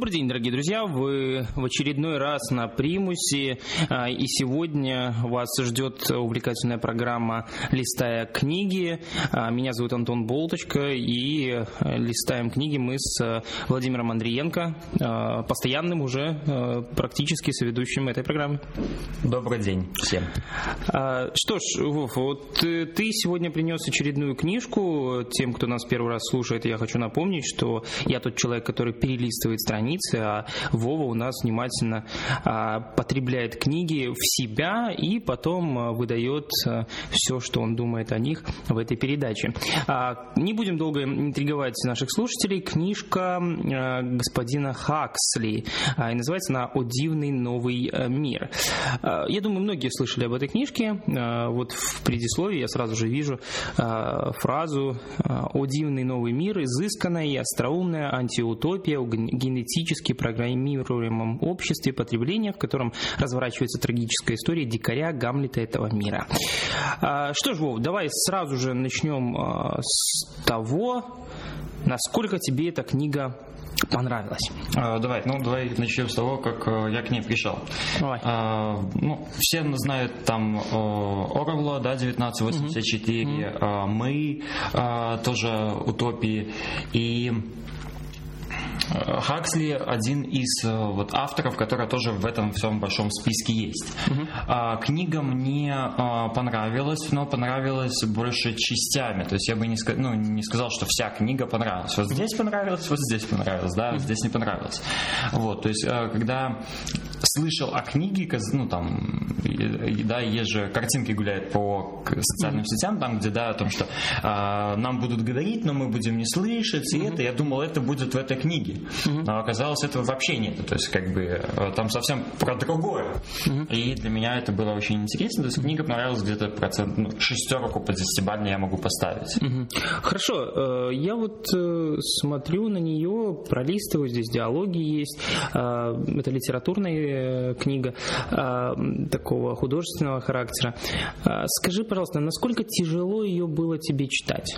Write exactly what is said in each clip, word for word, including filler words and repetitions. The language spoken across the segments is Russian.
Добрый день, дорогие друзья. Вы в очередной раз на Примусе, и сегодня вас ждет увлекательная программа «Листая книги». Меня зовут Антон Болточка, и листаем книги мы с Владимиром Андриенко, постоянным уже практически соведущим этой программы. Добрый день всем. Что ж, Вов, вот ты сегодня принес очередную книжку. Тем, кто нас первый раз слушает, я хочу напомнить, что я тот человек, который перелистывает страницы, а Вова у нас внимательно а, потребляет книги в себя и потом а, выдает а, все, что он думает о них в этой передаче. А, не будем долго интриговать наших слушателей. Книжка а, господина Хаксли, а, и называется она «О дивный новый мир». А, я думаю, многие слышали об этой книжке. А, вот в предисловии я сразу же вижу а, фразу «О дивный новый мир, изысканная и остроумная антиутопия о генетически программируемом обществе потребления, в котором разворачивается трагическая история дикаря Гамлета этого мира». Что ж, Вов, давай сразу же начнем с того, насколько тебе эта книга понравилась. А, давай, ну давай начнем с того, как а, я к ней пришел. Давай. А, ну, все знают там Орвелла, да, девятнадцать восемьдесят четыре, mm-hmm. а, мы а, тоже утопии, и Хаксли один из вот, авторов, который тоже в этом всем большом списке есть. Uh-huh. А, книга мне а, понравилась, но понравилась больше частями. То есть я бы не, ска- ну, не сказал, что вся книга понравилась. Вот здесь понравилось, вот здесь понравилось, да, uh-huh. здесь не понравилось. Вот, то есть а, когда слышал о книге, ну там, да, есть же картинки гуляют по социальным uh-huh. сетям, там где, да, о том, что а, нам будут говорить, но мы будем не слышать, uh-huh. и это, я думал, это будет в этой книге. Uh-huh. Но оказалось, этого вообще нет. То есть, как бы, там совсем про другое. Uh-huh. И для меня это было очень интересно. То есть, книга понравилась где-то процент, ну, шестерку по десятибалльной я могу поставить. Uh-huh. Хорошо. Я вот смотрю на нее, пролистываю, здесь диалоги есть. Это литературная книга такого художественного характера. Скажи, пожалуйста, насколько тяжело ее было тебе читать?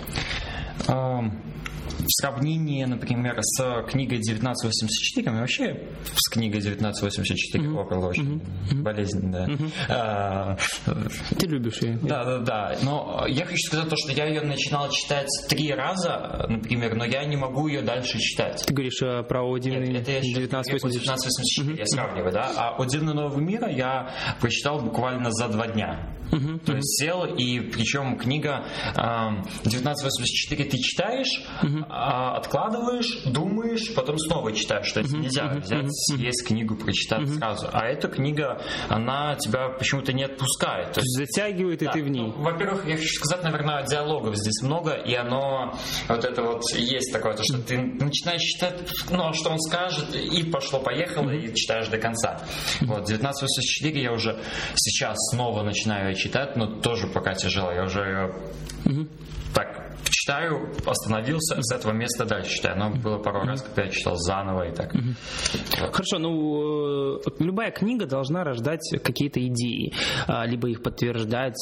В сравнении, например, с книгой девятнадцать восемьдесят четыре, вообще с книгой девятнадцать восемьдесят четыре mm-hmm. Орвелла очень mm-hmm. болезненная. Mm-hmm. А, Ты любишь ее? Да, да, да. Но я хочу сказать то, что я ее начинал читать три раза, например, но я не могу ее дальше читать. Ты говоришь а, про «О дивный девятнадцать восемьдесят четыре», mm-hmm. я сравниваю, да? А «О дивный новый мир» я прочитал буквально за два дня. Mm-hmm. То есть сел, и причем книга девятнадцать восемьдесят четыре ты читаешь, mm-hmm. откладываешь, думаешь, потом снова читаешь. То есть uh-huh, нельзя uh-huh, взять, uh-huh. съесть книгу, прочитать uh-huh. сразу. А эта книга, она тебя почему-то не отпускает. То есть затягивает, да, и ты в ней. Ну, во-первых, я хочу сказать, наверное, диалогов здесь много, и оно, вот это вот есть такое, то, что ты начинаешь читать, ну, что он скажет, и пошло-поехало, uh-huh. и читаешь до конца. Uh-huh. Вот, девятнадцать восемьдесят четыре я уже сейчас снова начинаю читать, но тоже пока тяжело. Я уже uh-huh. так читаю, остановился, с этого места дальше читаю. Но было пару mm-hmm. раз, когда я читал заново и так. Mm-hmm. Вот. Хорошо, ну любая книга должна рождать какие-то идеи, либо их подтверждать,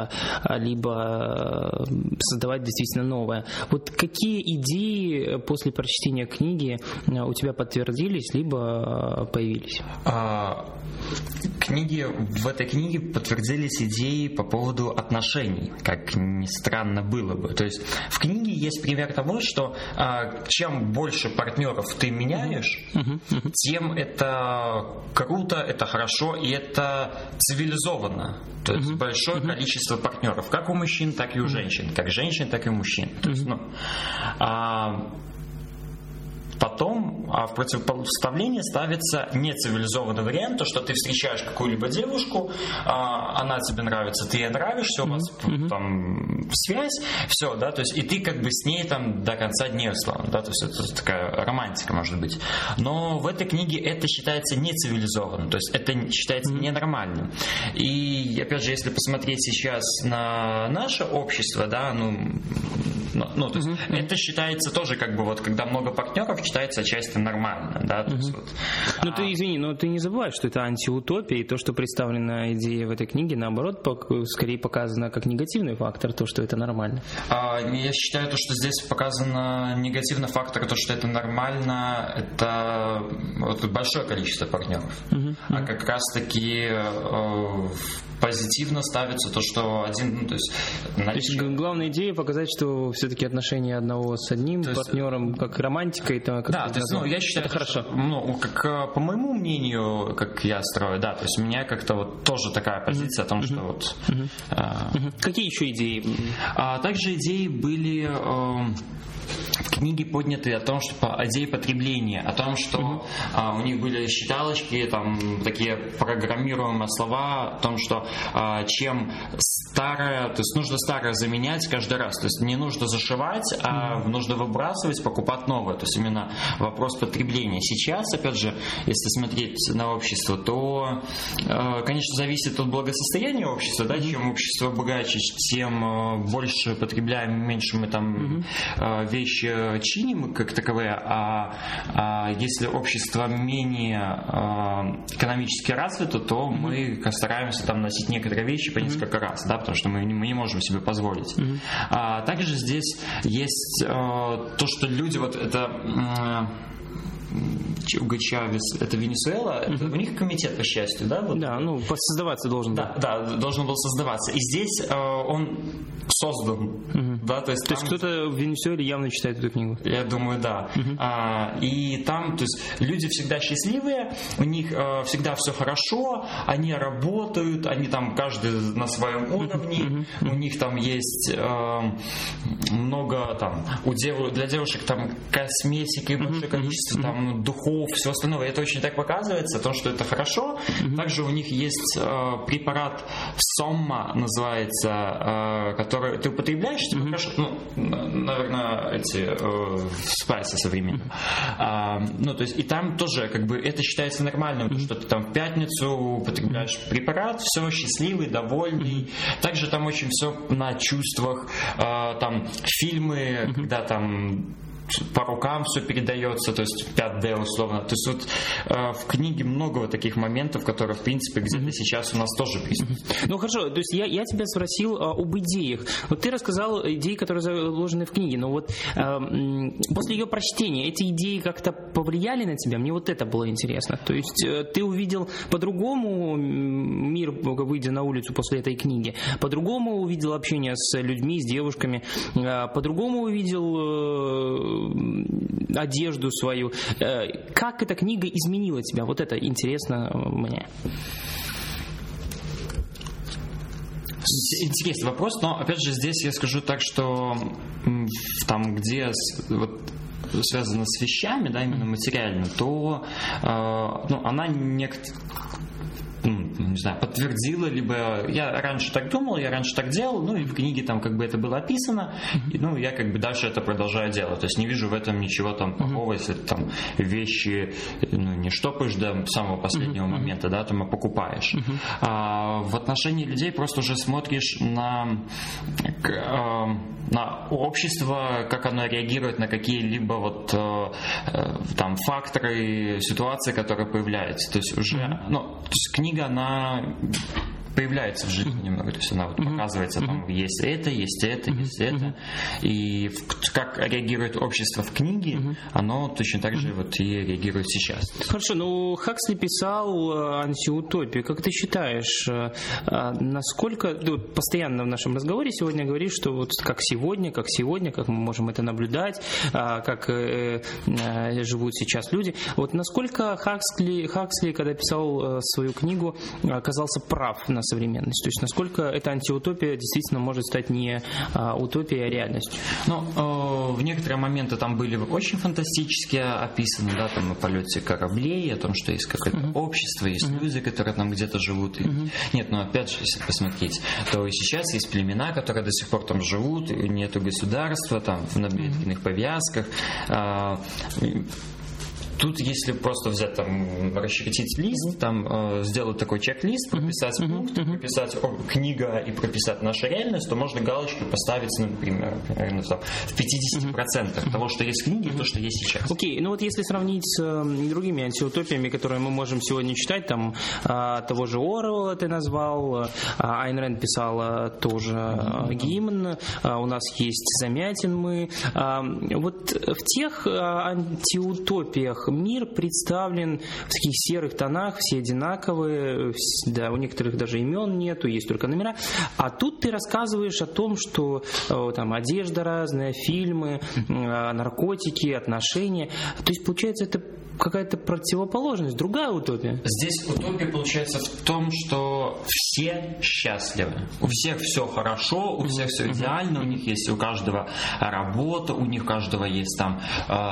либо создавать действительно новое. Вот какие идеи после прочтения книги у тебя подтвердились, либо появились? А, книги, в этой книге подтвердились идеи по поводу отношений, как ни странно было бы. То есть в книге есть пример того, что а, чем больше партнеров ты меняешь, uh-huh. Uh-huh. тем это круто, это хорошо и это цивилизованно. То есть uh-huh. большое uh-huh. количество партнеров, как у мужчин, так и у женщин, как женщин, так и у мужчин. То есть, uh-huh. ну, а, потом а в противопоставление ставится нецивилизованный вариант, то, что ты встречаешь какую-либо девушку, а, она тебе нравится, ты ей нравишься, у вас mm-hmm. там связь, все, да, то есть и ты как бы с ней там до конца дней, да, то есть это такая романтика может быть. Но в этой книге это считается нецивилизованным, то есть это считается mm-hmm. ненормальным. И опять же, если посмотреть сейчас на наше общество, да, ну Ну, ну, то есть uh-huh. это считается тоже, как бы, вот, когда много партнеров, считается отчасти нормально, да, то uh-huh. есть, вот, ну, а... ты, извини, но ты не забываешь, что это антиутопия, и то, что представлена идея в этой книге, наоборот, скорее показано как негативный фактор, то, что это нормально. А, я считаю, то, что здесь показано негативный фактор, то, что это нормально, это вот, большое количество партнеров, uh-huh. Uh-huh. а как раз-таки э, позитивно ставится то, что один, ну, то есть, то есть главная идея показать, что все-таки отношения одного с одним то партнером, есть, как романтика, и то, как да, то есть, ну, я считаю, это хорошо. Что, ну, как по моему мнению, как я строю, да, то есть у меня как-то вот тоже такая позиция mm-hmm. о том, что mm-hmm. вот. Mm-hmm. А, mm-hmm. Какие еще идеи? А, также идеи были. Э, в книге подняты о том, что идеи потребления, о том, что uh-huh. а, у них были считалочки, там такие программируемые слова о том, что а, чем старое, то есть нужно старое заменять каждый раз, то есть не нужно зашивать, а uh-huh. нужно выбрасывать, покупать новое, то есть именно вопрос потребления. Сейчас, опять же, если смотреть на общество, то, э, конечно, зависит от благосостояния общества, да, uh-huh. чем общество богаче, тем больше потребляем, меньше мы там uh-huh. э, вещи чиним как таковые, а, а если общество менее а, экономически развито, то mm-hmm. мы стараемся там носить некоторые вещи по несколько mm-hmm. раз, да, потому что мы, мы не можем себе позволить. Mm-hmm. А, также здесь есть а, то, что люди, вот это... А, Уго Чавес, это Венесуэла, uh-huh. это у них комитет, по счастью, да? Вот. Да, ну, создаваться должен был. Да, да, должен был создаваться. И здесь э, он создан. Uh-huh. Да, то есть, то там... есть кто-то в Венесуэле явно читает эту книгу? Я думаю, да. Uh-huh. А, и там, то есть, люди всегда счастливые, у них э, всегда все хорошо, они работают, они там каждый на своем уровне, uh-huh. Uh-huh. у них там есть э, много там, у дев... для девушек там косметики, uh-huh. большое количество uh-huh. там духов, все остальное. Это очень так показывается, то, что это хорошо. Mm-hmm. Также у них есть э, препарат Сомма, называется, э, который ты употребляешь, mm-hmm. хорошо, ну, наверное, эти э, спайсы современные. Mm-hmm. А, ну, то есть, и там тоже, как бы, это считается нормальным, mm-hmm. что ты там в пятницу употребляешь mm-hmm. препарат, все, счастливый, довольный. Mm-hmm. Также там очень все на чувствах, э, там, фильмы, mm-hmm. когда там по рукам все передается, то есть пять дэ условно. То есть вот э, в книге много вот таких моментов, которые, в принципе, где-то mm-hmm. сейчас у нас тоже присутствуют. Ну хорошо, то есть я, я тебя спросил а, об идеях. Вот ты рассказал идеи, которые заложены в книге, но вот а, после ее прочтения эти идеи как-то повлияли на тебя? Мне вот это было интересно. То есть ты увидел по-другому мир, выйдя на улицу после этой книги, по-другому увидел общение с людьми, с девушками, по-другому увидел одежду свою. Как эта книга изменила тебя? Вот это интересно мне. Интересный вопрос, но опять же здесь я скажу так, что там, где вот, связано с вещами, да, именно материально, то э, ну, она некоторые не знаю, подтвердила, либо я раньше так думал, я раньше так делал, ну и в книге там как бы это было описано, и, ну я как бы дальше это продолжаю делать, то есть не вижу в этом ничего там плохого, если ты там вещи ну, не штопаешь до самого последнего uh-huh. момента, да, там а покупаешь. Uh-huh. А в отношении людей просто уже смотришь на, на общество, как оно реагирует на какие-либо вот там факторы, ситуации, которые появляются, то есть уже, uh-huh. ну, то есть книга, она появляется в жизни немного, то есть она вот показывается, там есть это, есть это, есть это, и как реагирует общество в книге, оно точно так же вот и реагирует сейчас. Хорошо, ну Хаксли писал антиутопию, как ты считаешь, насколько, ты вот постоянно в нашем разговоре сегодня говоришь, что вот как сегодня, как сегодня, как мы можем это наблюдать, как живут сейчас люди, вот насколько Хаксли, Хаксли, когда писал свою книгу, оказался прав на современность, то есть насколько эта антиутопия действительно может стать не а, утопией, а реальностью? Ну, э, в некоторые моменты там были очень фантастически описаны, да, там о полете кораблей, о том, что есть какое-то uh-huh. общество, есть uh-huh. люди, которые там где-то живут. И... Uh-huh. Нет, ну опять же, если посмотреть, то и сейчас есть племена, которые до сих пор там живут, нету государства, там на ветреных повязках. Э, тут, если просто взять там, расчертить лист, mm-hmm. там э, сделать такой чек-лист, прописать mm-hmm. пункты, mm-hmm. прописать о, книга и прописать наша реальность, то можно галочку поставить, ну, например, примерно там, в пятьдесят процентов mm-hmm. того, что есть в книге, mm-hmm. то, что есть сейчас. Окей, okay. Ну вот если сравнить с э, другими антиутопиями, которые мы можем сегодня читать, там э, того же Оруэлла ты назвал, э, Айн Рэнд писала тоже э, гимн, э, у нас есть Замятин мы. Э, вот в тех э, антиутопиях мир представлен в таких серых тонах, все одинаковые, да, у некоторых даже имен нету, есть только номера. А тут ты рассказываешь о том, что э, там одежда разная, фильмы, э, наркотики, отношения. То есть, получается, это какая-то противоположность, другая утопия. Здесь утопия получается в том, что все счастливы. У всех все хорошо, у всех все идеально, у них есть у каждого работа, у них у каждого есть там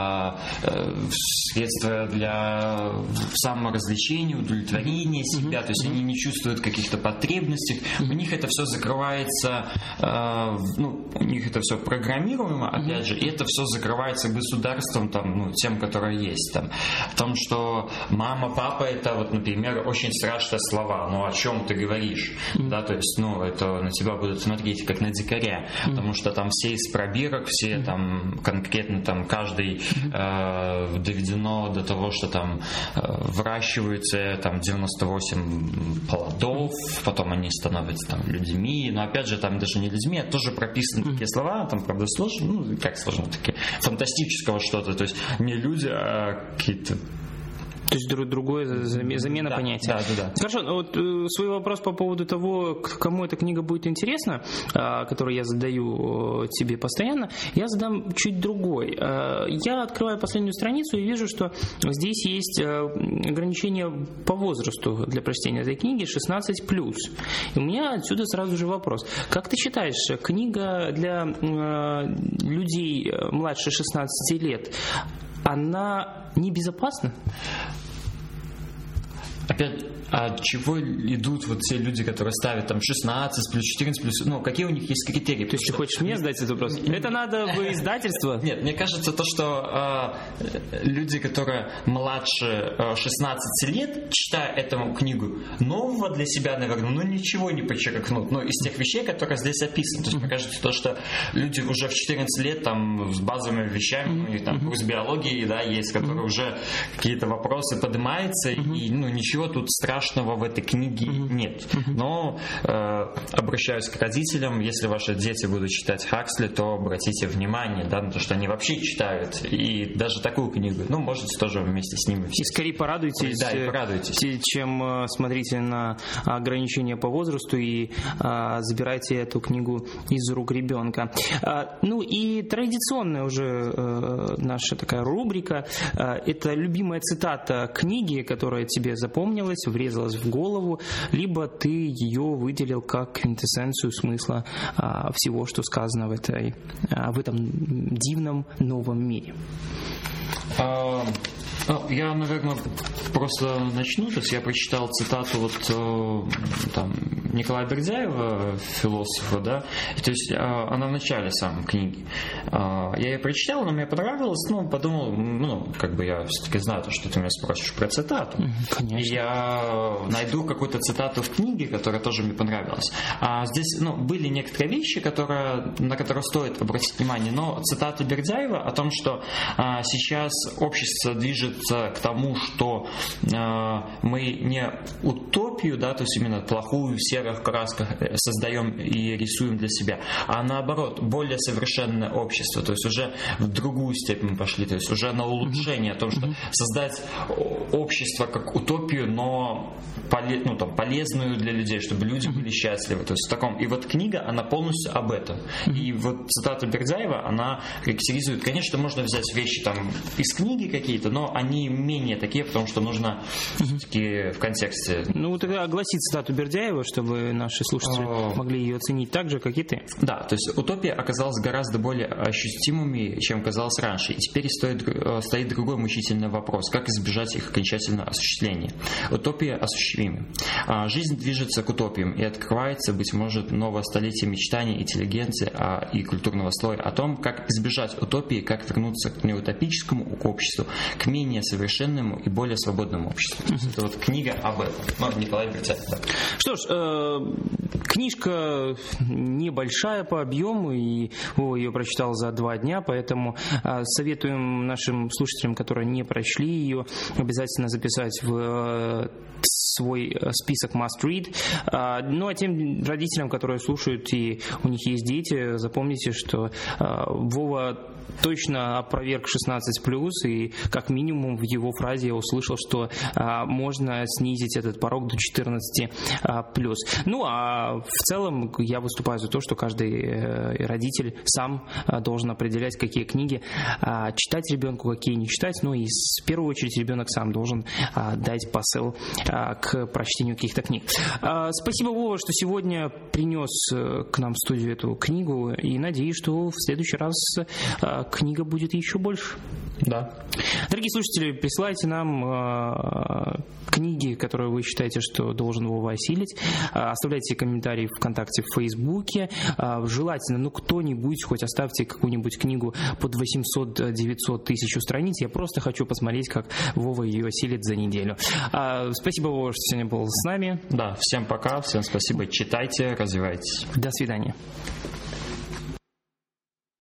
э, э, средства для саморазвлечения, удовлетворения себя, то есть они не чувствуют каких-то потребностей. У них это все закрывается, э, ну, у них это все программируемо, опять же, и это все закрывается государством, там, ну, тем, которое есть там. В том, что мама, папа, это вот, например, очень страшные слова. Ну, о чем ты говоришь? Mm-hmm. Да, то есть, ну, это на тебя будут смотреть как на дикаря, mm-hmm. потому что там все из пробирок, все mm-hmm. там конкретно там каждый mm-hmm. э, доведено до того, что там э, выращиваются там девяносто восемь плодов, mm-hmm. потом они становятся там людьми, но опять же там даже не людьми, а тоже прописаны mm-hmm. такие слова, там, правда, сложно, ну, как сложно, такие фантастического что-то, то есть не люди, а какие-то. То есть другое замена да, понятия. Да, да, да. Хорошо, вот свой вопрос по поводу того, кому эта книга будет интересна, который я задаю тебе постоянно, я задам чуть другой. Я открываю последнюю страницу и вижу, что здесь есть ограничение по возрасту для прочтения этой книги шестнадцать плюс. И у меня отсюда сразу же вопрос. Как ты считаешь, книга для людей младше шестнадцати лет, она небезопасна? Опять, от чего идут вот те люди, которые ставят там шестнадцать плюс, четырнадцать плюс, ну, какие у них есть критерии? То есть ты хочешь мне задать этот вопрос? Это надо в издательство? Нет, мне кажется, то, что э, люди, которые младше э, шестнадцати лет, читая эту книгу, нового для себя, наверное, ну, ничего не подчеркнут, ну, из тех вещей, которые здесь описаны. То есть, мне кажется, то, что люди уже в четырнадцать лет там с базовыми вещами, у них там курс биологии, да, есть, которые уже какие-то вопросы поднимаются, и, ну, ничего тут страшного в этой книге mm-hmm. нет. Mm-hmm. Но э, обращаюсь к родителям, если ваши дети будут читать Хаксли, то обратите внимание, да, на то, что они вообще читают, и даже такую книгу, ну, можете тоже вместе с ними. И скорее порадуйтесь, да, и порадуйтесь, чем смотрите на ограничения по возрасту и а, забирайте эту книгу из рук ребенка. А, ну и традиционная уже а, наша такая рубрика, а, это любимая цитата книги, которая тебе запомнилась, врезалась в голову, либо ты ее выделил как квинтэссенцию смысла а, всего, что сказано в, этой, а, в этом дивном новом мире. Я, наверное, просто начну сейчас. Я прочитал цитату вот там Николая Бердяева, философа, да, и, то есть она в начале самой книги. Я ее прочитал, она мне понравилась, но подумал, ну, как бы я все-таки знаю, что ты меня спросишь про цитату. Конечно. И я найду какую-то цитату в книге, которая тоже мне понравилась. А здесь, ну, были некоторые вещи, которые, на которые стоит обратить внимание, но цитата Бердяева о том, что а, сейчас общество движется к тому, что э, мы не утопию, да, то есть именно плохую в серых красках создаем и рисуем для себя, а наоборот, более совершенное общество, то есть уже в другую степень мы пошли, то есть уже на улучшение, о том, что создать общество как утопию, но поле, ну, там, полезную для людей, чтобы люди были счастливы, то есть в таком. И вот книга, она полностью об этом. И вот цитата Бердяева, она характеризует, конечно, можно взять вещи там из книги какие-то, но они они менее такие, потому что нужно все-таки в контексте. Ну, тогда огласи цитату Бердяева, чтобы чтобы наши слушатели могли ее оценить так же, как и ты. Да, то есть утопия оказалась гораздо более ощутимыми, чем казалось раньше. И теперь стоит, стоит другой мучительный вопрос: как избежать их окончательного осуществления? Утопия осуществима. Жизнь движется к утопиям, и открывается, быть может, новое столетие мечтаний интеллигенции и культурного слоя о том, как избежать утопии, как вернуться к неутопическому обществу, к менее совершенному и более свободному обществу. Mm-hmm. Это вот книга об этом. Ну, Николай Бердяев. Да. Что ж, э, книжка небольшая по объему, и Вова ее прочитал за два дня, поэтому э, советуем нашим слушателям, которые не прочли ее, обязательно записать в э, свой список must read. Э, ну а тем родителям, которые слушают и у них есть дети, запомните, что э, Вова точно опроверг шестнадцать плюс, и как минимум в его фразе я услышал, что а, можно снизить этот порог до четырнадцать плюс. Ну а в целом я выступаю за то, что каждый э, родитель сам а, должен определять, какие книги а, читать ребенку, какие не читать. Ну и в первую очередь ребенок сам должен а, дать посыл а, к прочтению каких-то книг. А, спасибо, Вова, что сегодня принес к нам в студию эту книгу, и надеюсь, что в следующий раз а, книга будет еще больше. Да. Дорогие слушатели, присылайте нам э, книги, которые вы считаете, что должен Вова осилить. Э, оставляйте комментарии ВКонтакте, в Фейсбуке. Э, желательно, ну кто-нибудь, хоть оставьте какую-нибудь книгу под восемьсот-девятьсот тысяч страниц. Я просто хочу посмотреть, как Вова ее осилит за неделю. Э, спасибо, Вова, что сегодня был с нами. Да, всем пока, всем спасибо. Читайте, развивайтесь. До свидания.